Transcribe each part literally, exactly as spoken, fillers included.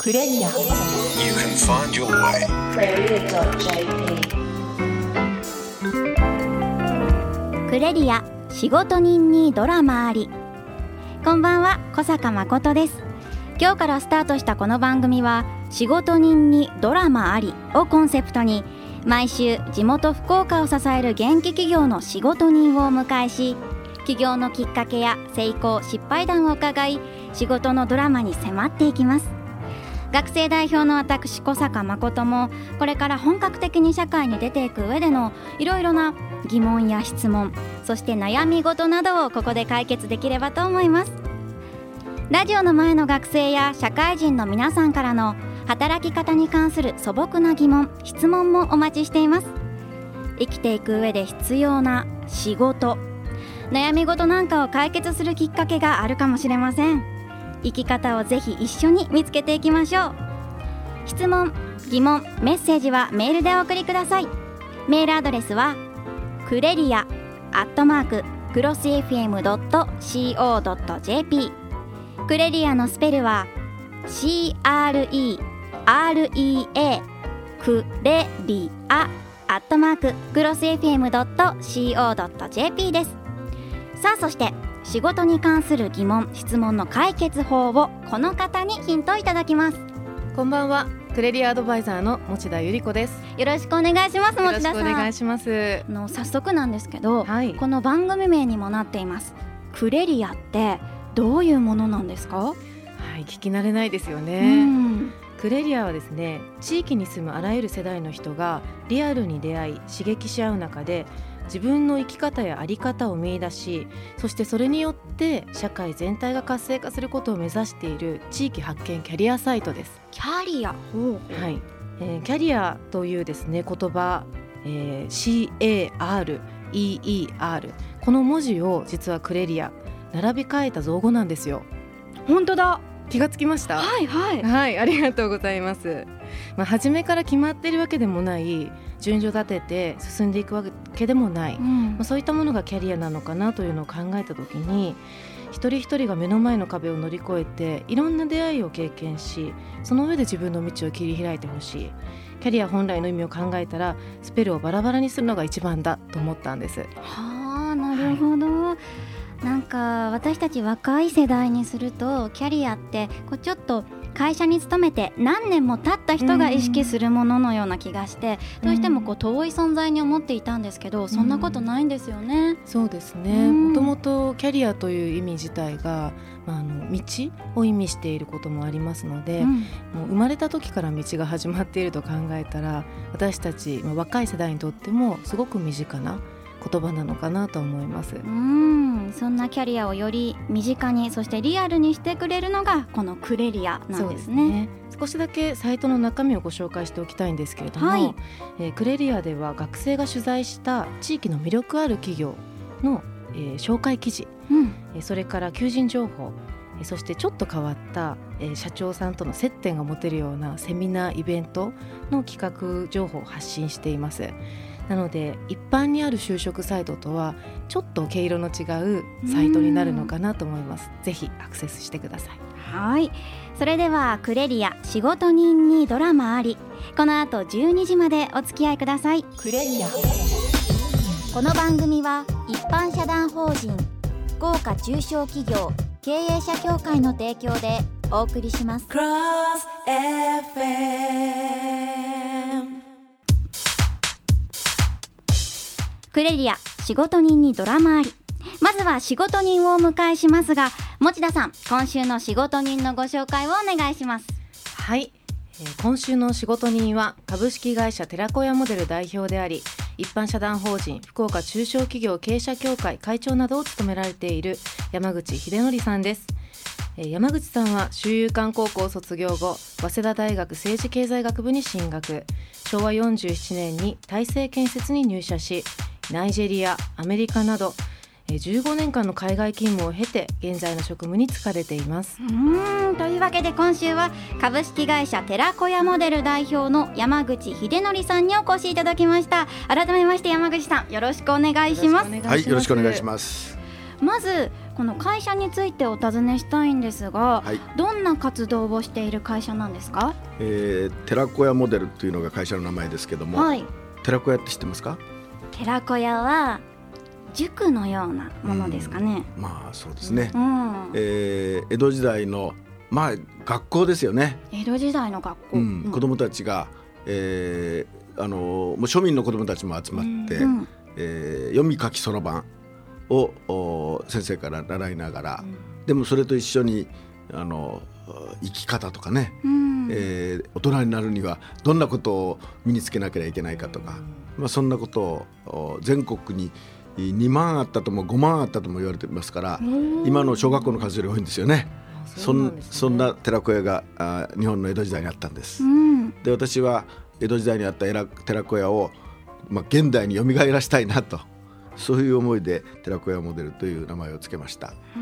クレリア You can find your way クレリア ドットジェーピー クレリア仕事人にドラマあり。こんばんは、小坂誠です。今日からスタートしたこの番組は仕事人にドラマありをコンセプトに、毎週地元福岡を支える元気企業の仕事人をお迎えし、起業のきっかけや成功失敗談を伺い、仕事のドラマに迫っていきます。学生代表の私小坂誠も、これから本格的に社会に出ていく上でのいろいろな疑問や質問、そして悩み事などをここで解決できればと思います。ラジオの前の学生や社会人の皆さんからの働き方に関する素朴な疑問、質問もお待ちしています。生きていく上で必要な仕事、悩み事なんかを解決するきっかけがあるかもしれません。生き方をぜひ一緒に見つけていきましょう。質問、疑問、メッセージはメールでお送りください。メールアドレスはクレリアアットマーククロス エフエムドットシーオードットジェーピー。 クレリアのスペルは シーアールイーアールイーエー クレリアアットマーククロス エフエムドットシーオードットジェーピー です。さあ、そして仕事に関する疑問・質問の解決法をこの方にヒントいただきます。 こんばんは、クレリアアドバイザーの持田由里子です。 よろしくお願いします。持田さん、 よろしくお願いします。 あの早速なんですけど、 はい、 この番組名にもなっていますクレリアってどういうものなんですか？ はい、聞き慣れないですよね。 うん、 クレリアはですね、地域に住むあらゆる世代の人がリアルに出会い刺激し合う中で、自分の生き方や在り方を見出し、そしてそれによって社会全体が活性化することを目指している地域発見キャリアサイトです。 キャリア、 はい、えー、キャリアというですね言葉、えー、シーエーアールイーイーアール、 この文字を実はクレリア並び替えた造語なんですよ。 本当だ、 気がつきました？ はいはい、 はい、ありがとうございます。まあ、初めから決まっているわけでもない、順序立てて進んでいくわけでもない、 うん、 まあ、そういったものがキャリアなのかなというのを考えたときに、一人一人が目の前の壁を乗り越えていろんな出会いを経験し、その上で自分の道を切り開いてほしい。キャリア本来の意味を考えたらスペルをバラバラにするのが一番だと思ったんです。 はあ、なるほど、はい、なんか私たち若い世代にするとキャリアってこうちょっと会社に勤めて何年も経った人が意識するもののような気がして、うん、どうしてもこう遠い存在に思っていたんですけど、そんなことないんですよね。 うん、そうですね、もともとキャリアという意味自体が、まあ、あの道を意味していることもありますので、うん、もう生まれた時から道が始まっていると考えたら、私たち、まあ、若い世代にとってもすごく身近な言葉なのかなと思います。 うーん、そんなキャリアをより身近に、そしてリアルにしてくれるのがこのクレリアなんですね。そうですね。 少しだけサイトの中身をご紹介しておきたいんですけれども、はい、えー、クレリアでは学生が取材した地域の魅力ある企業の、えー、紹介記事、うん、えー、それから求人情報、えー、そしてちょっと変わった、えー、社長さんとの接点が持てるようなセミナーイベントの企画情報を発信しています。なので一般にある就職サイトとはちょっと毛色の違うサイトになるのかなと思います。ぜひアクセスしてください。 はい、それではクレリア仕事人にドラマあり、この後じゅうにじまでお付き合いください。クレリア、この番組は一般社団法人福岡中小企業経営者協会の提供でお送りします。クロス エフエム、クレリア仕事人にドラマあり。まずは仕事人をお迎えしますが、持田さん、今週の仕事人のご紹介をお願いします。 はい、えー、今週の仕事人は株式会社寺子屋モデル代表であり、一般社団法人福岡中小企業経営者協会会長などを務められている山口秀則さんです。えー、山口さんは修友館高校卒業後、早稲田大学政治経済学部に進学、しょうわよんじゅうななねんに大成建設に入社し、ナイジェリア、アメリカなどじゅうごねんかんの海外勤務を経て現在の職務に就かれています。 うーん、というわけで今週は株式会社寺子屋モデル代表の山口秀則さんにお越しいただきました。改めまして山口さん、よろしくお願いします。 はい、よろしくお願いします。 まずここの会社についてお尋ねしたいんですが、 はい、 どんな活動をしている会社なんですか？ えー、寺子屋モデルというのが会社の名前ですけども、 はい、 寺子屋って知ってますか？ 寺子屋は塾のようなものですかね。 うん、まあそうですね、 うん、 えー、江戸時代の、まあ、学校ですよね。 江戸時代の学校、 うん、子どもたちが、えー、あのもう庶民の子どもたちも集まって、 うんえー、読み書きそろばんを先生から習いながら、うん、でもそれと一緒にあの生き方とかね、うん、えー、大人になるにはどんなことを身につけなければいけないかとか、まあ、そんなことを全国ににまんあったともごまんあったとも言われていますから、今の小学校の数より多いんですよね。そん、そんな寺子屋があ日本の江戸時代にあったんです、うん、で私は江戸時代にあった寺子屋を、まあ、現代に蘇らしたいなと、そういう思いで寺子屋モデルという名前をつけました、うん、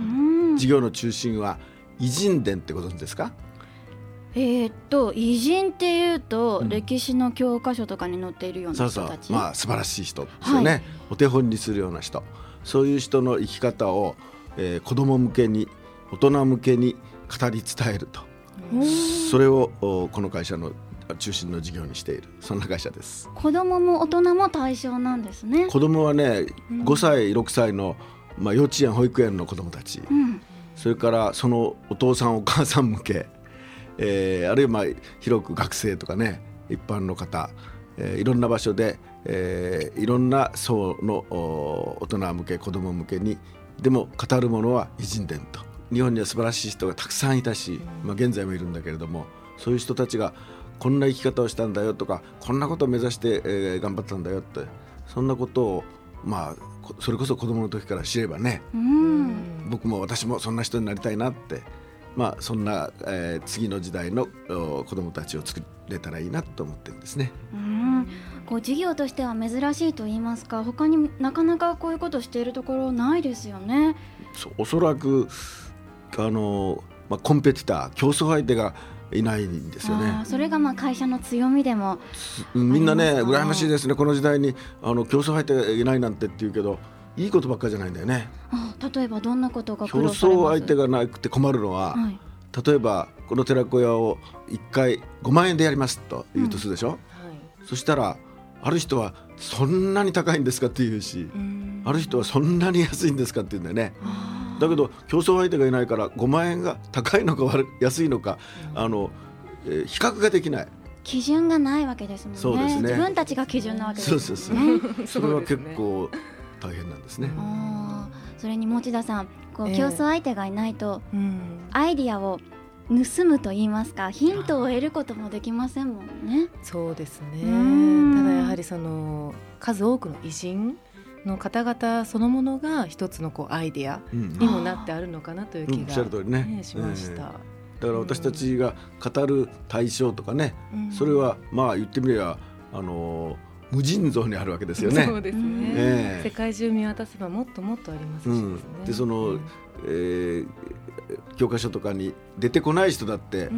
事業の中心は偉人伝ってご存知ですか？ えー、っと偉人っていうと、うん、歴史の教科書とかに載っているような人たち、 そうそう、まあ、素晴らしい人ですよね、はい、お手本にするような人、そういう人の生き方を、えー、子ども向けに大人向けに語り伝えると、それをこの会社の中心の事業にしている、そんな会社です。 子どもも大人も対象なんですね。 子どもはね、ごさいろくさいの、まあ、幼稚園保育園の子どもたち、うん、それからそのお父さんお母さん向け、えー、あるいはまあ広く学生とかね、一般の方、えー、いろんな場所で、えー、いろんな層の大人向け子ども向けに、でも語るものは偉人伝と。日本には素晴らしい人がたくさんいたし、まあ、現在もいるんだけれども、そういう人たちがこんな生き方をしたんだよとか、こんなことを目指して、えー、頑張ったんだよって、そんなことを、まあ、それこそ子供の時から知ればね、うん、僕も私もそんな人になりたいなって、まあ、そんな、えー、次の時代の子供たちを作れたらいいなと思ってるんですね。 うん、こう事業としては珍しいと言いますか、他になかなかこういうことをしているところないですよね。 そう、おそらくあの、まあ、コンペティター、競争相手がいないんですよね。 あ、それがまあ会社の強みでもみんなね、羨ましいですね。この時代にあの競争相手がいないなんてって言うけど、いいことばっかりじゃないんだよね。 あ、例えばどんなことが苦競労されます？ 争相手がなくて困るのは、はい、例えばこの寺子屋をいっかいごまんえんでやりますと言うとするでしょ、うん、はい、そしたらある人はそんなに高いんですかって言うし、ある人はそんなに安いんですかって言うんだよね。だけど競争相手がいないからごまんえんが高いのか悪安いのか、うん、あのえー、比較ができない、 基準がないわけですもんね。 そうですね、 自分たちが基準なわけですね。 そうそうそうそれは結構大変なんですね。 あ、それに持田さん、こう競争相手がいないと、えーうん、アイディアを盗むと言いますか、ヒントを得ることもできませんもんね。 そうですね。ただやはりその数多くの偉人の方々そのものが一つのこうアイデアにもなってあるのかなという気が、うん、おっしゃる通りね、しました、えー、だから私たちが語る対象とかね、うん、それはまあ言ってみればあの無尽蔵にあるわけですよね。 そうですね、えー、世界中見渡せばもっともっとありますしですね、うん、でその、うん、 えー、教科書とかに出てこない人だって、うん、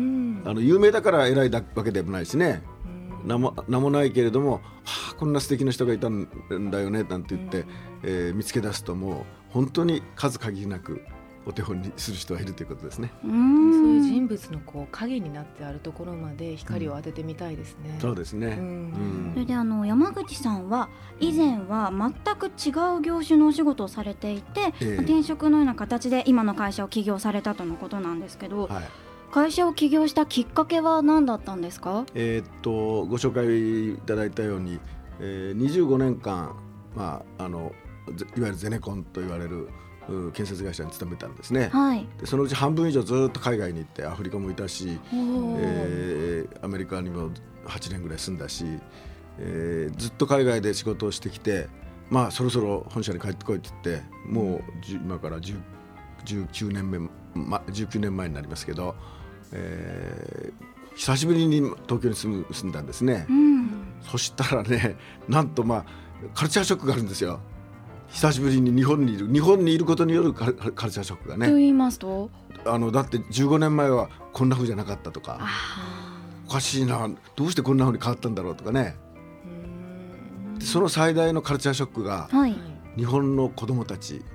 あの有名だから偉いだわけでもないしね、名も、名もないけれども、はあ、こんな素敵な人がいたんだよねなんて言って、うん、えー、見つけ出すともう本当に数限りなくお手本にする人がいるということですね。 うん、そういう人物のこう影になってあるところまで光を当ててみたいですね、 うん、そうですね、うんうん、それであの山口さんは以前は全く違う業種のお仕事をされていて、えー、転職のような形で今の会社を起業されたとのことなんですけど、はい、会社を起業したきっかけは何だったんですか？ えー、っとご紹介いただいたように、えー、にじゅうごねんかん、まあ、あのいわゆるゼネコンと言われる建設会社に勤めたんですね、はい、でそのうち半分以上ずっと海外に行って、アフリカもいたし、えー、アメリカにもはちねんぐらい住んだし、えー、ずっと海外で仕事をしてきて、まあそろそろ本社に帰ってこいって言って、もう今からじゅうきゅうねんめ、ま、じゅうきゅうねんまえになりますけど、えー、久しぶりに東京に住む住んだんですね、うん、そしたらね、なんとまあカルチャーショックがあるんですよ。久しぶりに日本にいる日本にいることによるカルカルチャーショックがね。 と言いますと、 あのだってじゅうごねんまえはこんな風じゃなかったとか、おかしいな、どうしてこんな風に変わったんだろうとかね。うーん、その最大のカルチャーショックが、はい、日本の子どもたち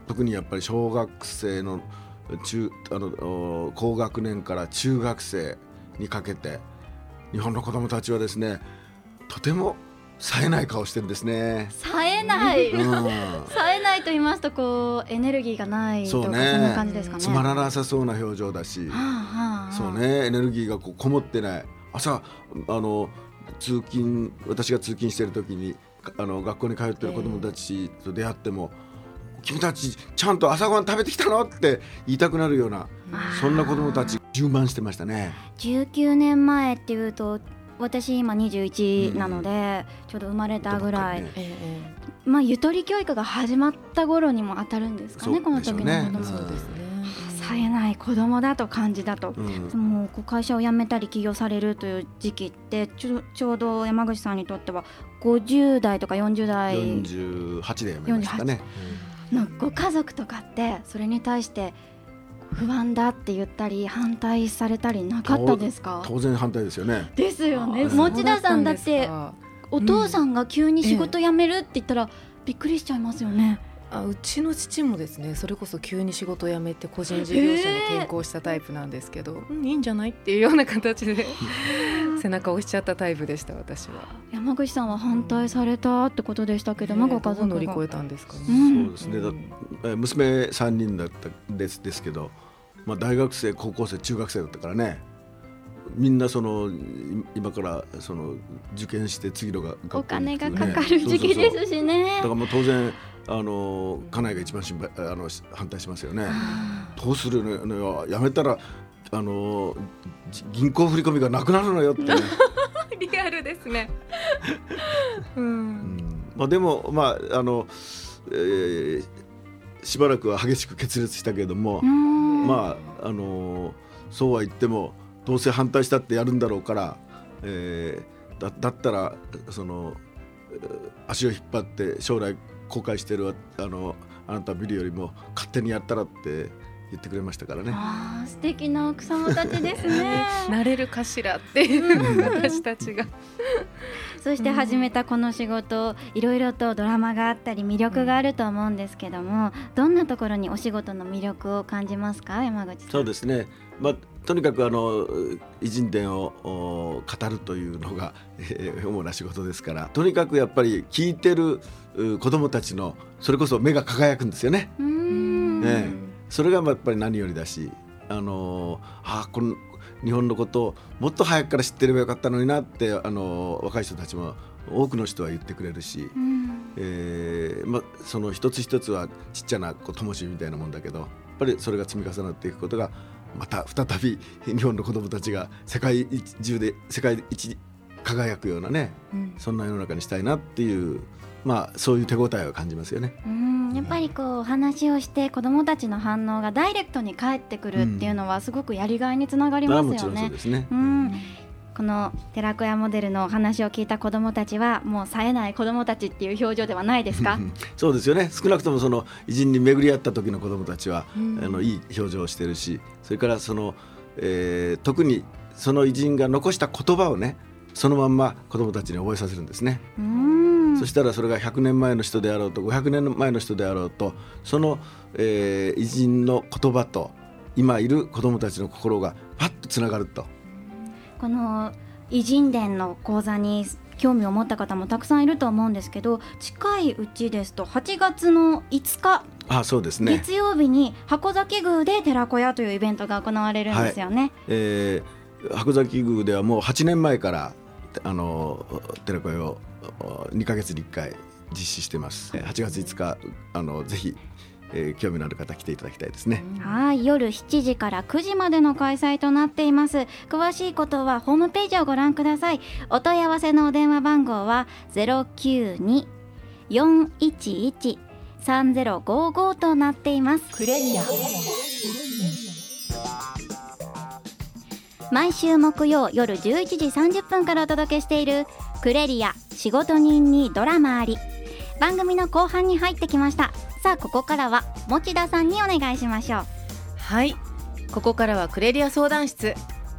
特にやっぱり小学生の中あの高学年から中学生にかけて日本の子どもたちはですね、とても冴えない顔してるんですね。 冴えない、 うん、 冴えないと言いますとこうエネルギーがないとか そ,、ね、そんな感じですかね。 つまらなさそうな表情だし、はあはあ、そうね、エネルギーがこうこもってない。朝あの通勤私が通勤している時にあの学校に通っている子どもたちと出会っても、えー、君たちちゃんと朝ごはん食べてきたのって言いたくなるような、そんな子どもたち充満してましたね。 じゅうきゅうねんまえっていうと私今にじゅういちなので、うん、ちょうど生まれたぐらい、ねえーまあ、ゆとり教育が始まった頃にも当たるんですかね、この時の子ども。そうですね、冴えない子どもだと感じだと、うん、もうこう会社を辞めたり起業されるという時期ってち ょ, ちょうど山口さんにとってはごじゅうだいとかよんじゅうだいよんじゅうはちで辞めましたね、 うん、のご家族とかってそれに対して不安だって言ったり反対されたりなかったですか？ 当然反対ですよね。 ですよね。持田さんだってお父さんが急に仕事辞めるって言ったらびっくりしちゃいますよね。 あ、うちの父もですね、それこそ急に仕事を辞めて個人事業者に転向したタイプなんですけど、うん、いいんじゃないっていうような形で背中を押しちゃったタイプでした。私は。 山口さんは反対されたってことでしたけども、うん、ご家族が乗り越えたんですかね。 うん、そうですね、だ娘さんにんだったですですけど、まあ、大学生高校生中学生だったからね、みんなその今からその受験して次の学校、ね、 お金がかかる時期ですしね。そうそうそう、だからもう当然あの家内が一番心配あの反対しますよね。どうするのよ、やめたらあの銀行振り込みがなくなるのよって、ね、 リアルですね、うんうん、 まあ、でも、まああのえー、しばらくは激しく決裂したけれども、まああのそうは言ってもどうせ反対したってやるんだろうから、えー、だ, だったらその足を引っ張って将来後悔してる あ, のあなたを見るよりも勝手にやったらって言ってくれましたからね。 あ、素敵な奥様たちですねなれるかしらっていう私たちがそして始めたこの仕事、いろいろとドラマがあったり魅力があると思うんですけども、どんなところにお仕事の魅力を感じますか、山口さん。 そうですね、まあ、とにかくあの偉人伝を語るというのが、えー、主な仕事ですから、とにかくやっぱり聞いてる子どもたちのそれこそ目が輝くんですよね。うーん、ね、それがやっぱり何よりだし、あのあこの日本のことをもっと早くから知ってればよかったのになって、あの若い人たちも多くの人は言ってくれるし、うん、えーま、その一つ一つはちっちゃなこう灯火みたいなもんだけど、やっぱりそれが積み重なっていくことがまた再び日本の子どもたちが世界中で世界一に輝くようなね、うん、そんな世の中にしたいなっていう、まあ、そういう手応えを感じますよね。 うん、やっぱりこう話をして子どもたちの反応がダイレクトに返ってくるっていうのはすごくやりがいにつながりますよね。 もちろんそうですね。 うん、この寺子屋モデルのお話を聞いた子どもたちはもう冴えない子どもたちっていう表情ではないですか？ そうですよね。少なくともその偉人に巡り合った時の子どもたちは、うん、あのいい表情をしてるし、それからその、えー、特にその偉人が残した言葉をね、そのまんま子どもたちに覚えさせるんですね。うん、そしたらそれがひゃくねんまえの人であろうとごひゃくねんまえの人であろうと、その、えー、偉人の言葉と今いる子どもたちの心がパッとつながると。 この偉人伝の講座に興味を持った方もたくさんいると思うんですけど、近いうちですとはちがつのいつか、 あ、そうですね、 月曜日に箱崎宮で寺子屋というイベントが行われるんですよね。はい、えー、箱崎宮ではもうはちねんまえからあの寺子屋をにかげつにいっかい実施してます。はちがついつか、あのぜひ、えー、興味のある方来ていただきたいですね。 はい、夜しちじからくじまでの開催となっています。詳しいことはホームページをご覧ください。お問い合わせのお電話番号は ゼロきゅうに よんいちいち さんゼロごご となっています。クレリア毎週木曜夜じゅういちじさんじゅっぷんからお届けしているクレリア仕事人にドラマあり、番組の後半に入ってきました。さあここからは持田さんにお願いしましょう。 はい、ここからはクレリア相談室。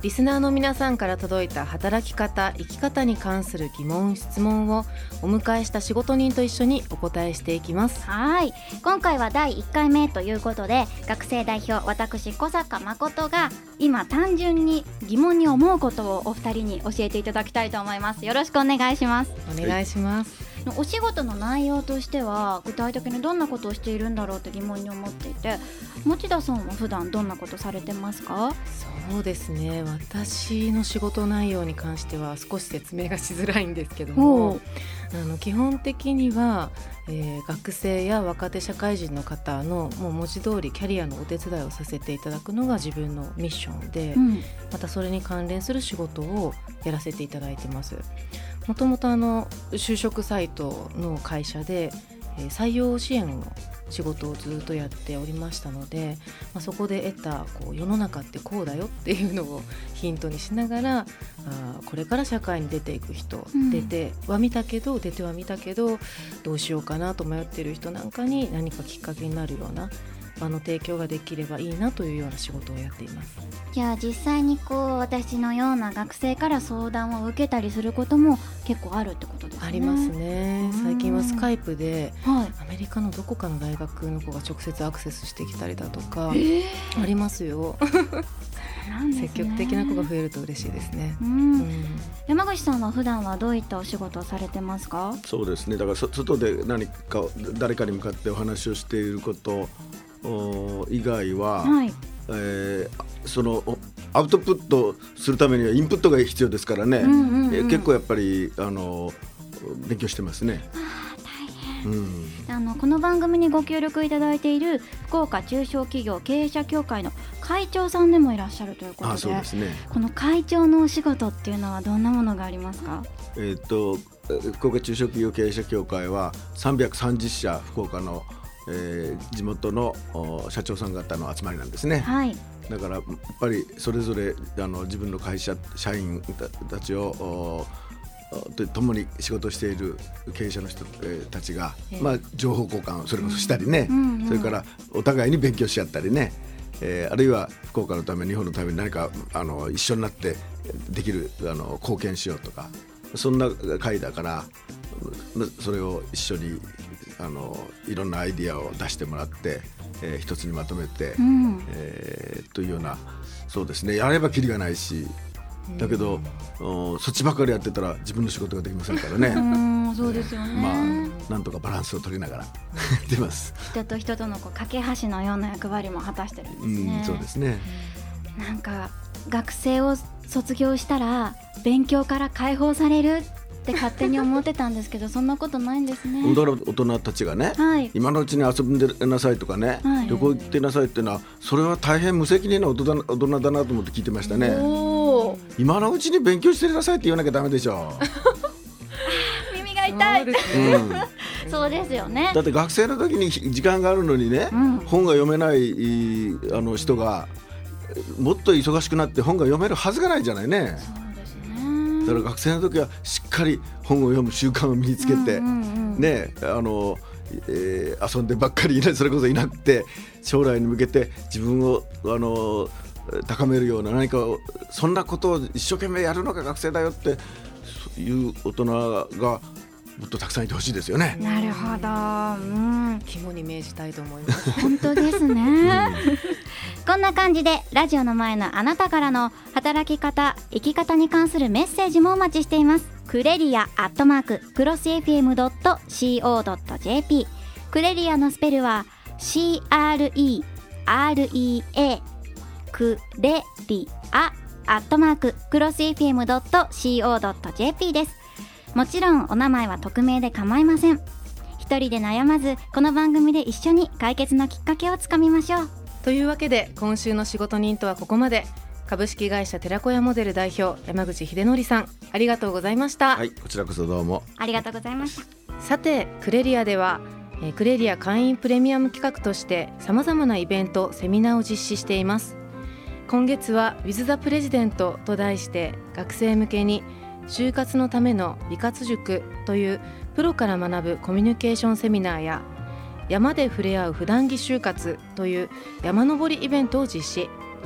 リスナーの皆さんから届いた働き方生き方に関する疑問質問をお迎えした仕事人と一緒にお答えしていきます。 はい、今回はだいいっかいめということで、学生代表私小坂誠が今単純に疑問に思うことをお二人に教えていただきたいと思います。よろしくお願いします。 お願いします。 お仕事の内容としては具体的にどんなことをしているんだろうって疑問に思っていて、持田さんは普段どんなことされてますか？ そうですね、私の仕事内容に関しては少し説明がしづらいんですけども、あの基本的には、えー、学生や若手社会人の方のもう文字通りキャリアのお手伝いをさせていただくのが自分のミッションで、うん、またそれに関連する仕事をやらせていただいてます。もともとあの就職サイトの会社で、えー、採用支援の仕事をずっとやっておりましたので、まあ、そこで得たこう世の中ってこうだよっていうのをヒントにしながら、あこれから社会に出ていく人、うん、出てはみたけど出てはみたけどどうしようかなと迷っている人なんかに何かきっかけになるような場の提供ができればいいなというような仕事をやっています。 じゃあ実際にこう私のような学生から相談を受けたりすることも結構あるってことですね。 ありますね。最近はスカイプで、はい、アメリカのどこかの大学の子が直接アクセスしてきたりだとか、えー、ありますよ。なんですね、積極的な子が増えると嬉しいですね。うん、 うん、山口さんは普段はどういったお仕事をされてますか？ そうですね、だから外で何か誰かに向かってお話をしていること以外は、はい、えー、そのアウトプットするためにはインプットが必要ですからね、うんうんうん、結構やっぱりあの勉強してますね。 あ、大変、うん、あのこの番組にご協力いただいている福岡中小企業経営者協会の会長さんでもいらっしゃるということで、 あ、そうですね、 この会長のお仕事っていうのはどんなものがありますか？ えー、と福岡中小企業経営者協会はさんびゃくさんじゅっしゃ福岡のえー、地元の社長さん方の集まりなんですね、はい、だからやっぱりそれぞれあの自分の会社社員たちをと共に仕事している経営者の人たちが、えーまあ、情報交換それこそしたりね、うんうん、それからお互いに勉強し合ったりね、えー、あるいは福岡のため日本のために何かあの一緒になってできるあの貢献しようとか、そんな会だからそれを一緒にあのいろんなアイディアを出してもらって、えー、一つにまとめて、うん、えー、というような、そうですね、やればキリがないし、だけど、うん、そっちばかりやってたら自分の仕事ができませんからね。 うん、そうですよね、 まあ、なんとかバランスを取りながら出ます。 人と人とのこう架け橋のような役割も果たしてるんですね。 うん、そうですね。 なんか学生を卒業したら勉強から解放されるって勝手に思ってたんですけどそんなことないんですね。 だから大人たちがね、はい、今のうちに遊んでなさいとかね、はい、旅行行ってなさいっていうのはそれは大変無責任な大人、大人だなと思って聞いてましたね。お今のうちに勉強してなさいって言わなきゃダメでしょ。 耳が痛い。そうですね、うん、そうですよね。 だって学生の時に時間があるのにね、うん、本が読めないあの人がもっと忙しくなって本が読めるはずがないじゃないね。だから学生の時はしっかり本を読む習慣を身につけて、うんうんうん、ね、あの、えー、遊んでばっかりいない、それこそいなくて将来に向けて自分をあの高めるような何かをそんなことを一生懸命やるのが学生だよってそういう大人がもっとたくさんいてほしいですよね。 なるほど、うん、 肝に銘じたいと思います。 本当ですね、うん、こんな感じでラジオの前のあなたからの働き方生き方に関するメッセージもお待ちしています。クレリアアットマーククロス エフエムドットシーオードットジェーピー、 クレリアのスペルは シーアールイーアールイーエー クレリアアットマーククロス エフエムドットシーオードットジェーピー です。もちろんお名前は匿名で構いません。一人で悩まずこの番組で一緒に解決のきっかけをつかみましょう。 というわけで今週の仕事人とはここまで。株式会社寺子屋モデル代表山口秀則さん、ありがとうございました。 はい、こちらこそどうもありがとうございました。 さてクレリアではえクレリア会員プレミアム企画としてさまざまなイベントセミナーを実施しています。今月は With the President と題して学生向けに就活のための美活塾というプロから学ぶコミュニケーションセミナーや山で触れ合う普段着就活という山登りイベントを実施。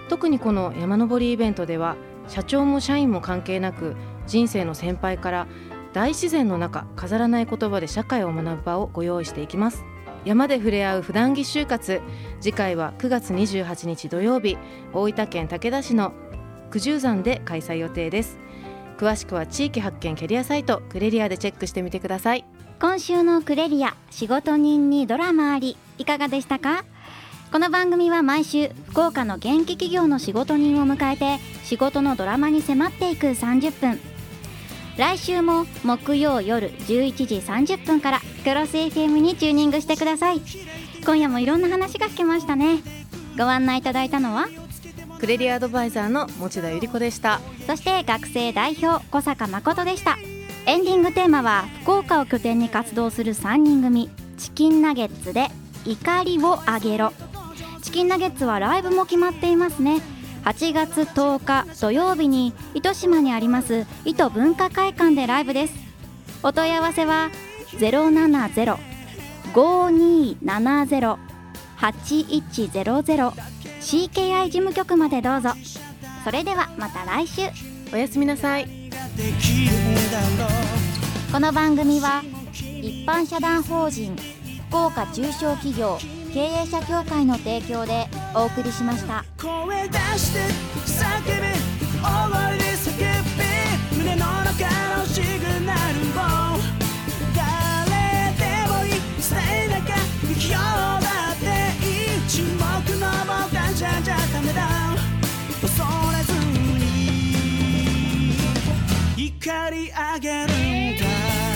特にこの山登りイベントでは社長も社員も関係なく人生の先輩から大自然の中飾らない言葉で社会を学ぶ場をご用意していきます。山で触れ合う普段着就活、次回はくがつにじゅうはちにち土曜日、大分県武田市の九十山で開催予定です。詳しくは地域発見キャリアサイトクレリアでチェックしてみてください。 今週のクレリア仕事人にドラマあり、いかがでしたか？この番組は毎週福岡の元気企業の仕事人を迎えて仕事のドラマに迫っていくさんじゅっぷん。来週も木曜夜じゅういちじさんじゅっぷんからクロス エフエム にチューニングしてください。今夜もいろんな話が聞けましたね。ご案内いただいたのはクレリアアドバイザーの持田由里子でした。 そして学生代表小坂誠でした。エンディングテーマは福岡を拠点に活動するさんにん組チキンナゲッツで怒りをあげろ。チキンナゲッツはライブも決まっていますね。はちがつとおか土曜日に糸島にあります糸文化会館でライブです。お問い合わせは ゼロななゼロ ごにーななゼロ はちいちゼロゼロ シーケーアイ 事務局までどうぞ。それではまた来週。 おやすみなさい。 この番組は一般社団法人福岡中小企業経営者協会の提供でお送りしました。 声出して叫べ、大声で叫べ、胸の中のシグナルを誰でもいい、捨てなきゃ不器用だっていい、沈黙の傍観者じゃダメだ、恐れずに怒り上げるんだ。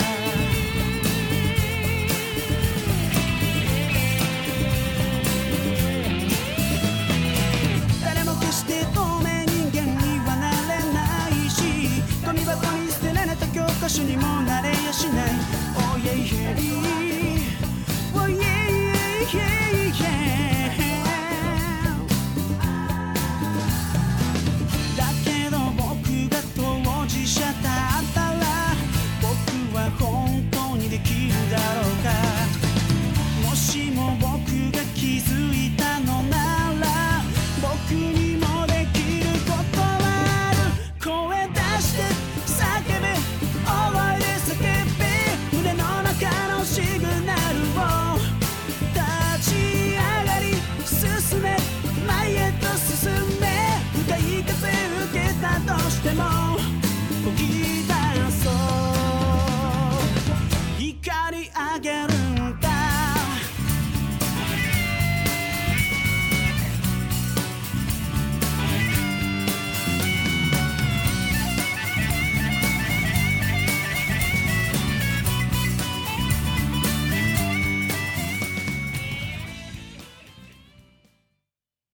教科書にもなれやしない。 Oh yeah yeah Oh yeah yeah yeah だけど僕が当事者だったら僕は本当にできるだろうか。もしも僕が気づいたのなら僕にもできることはある。声出して叫べ、大声で叫べ、胸の中のシグナルを立ち上がり進め、前へと進め、向かい風受けたとしても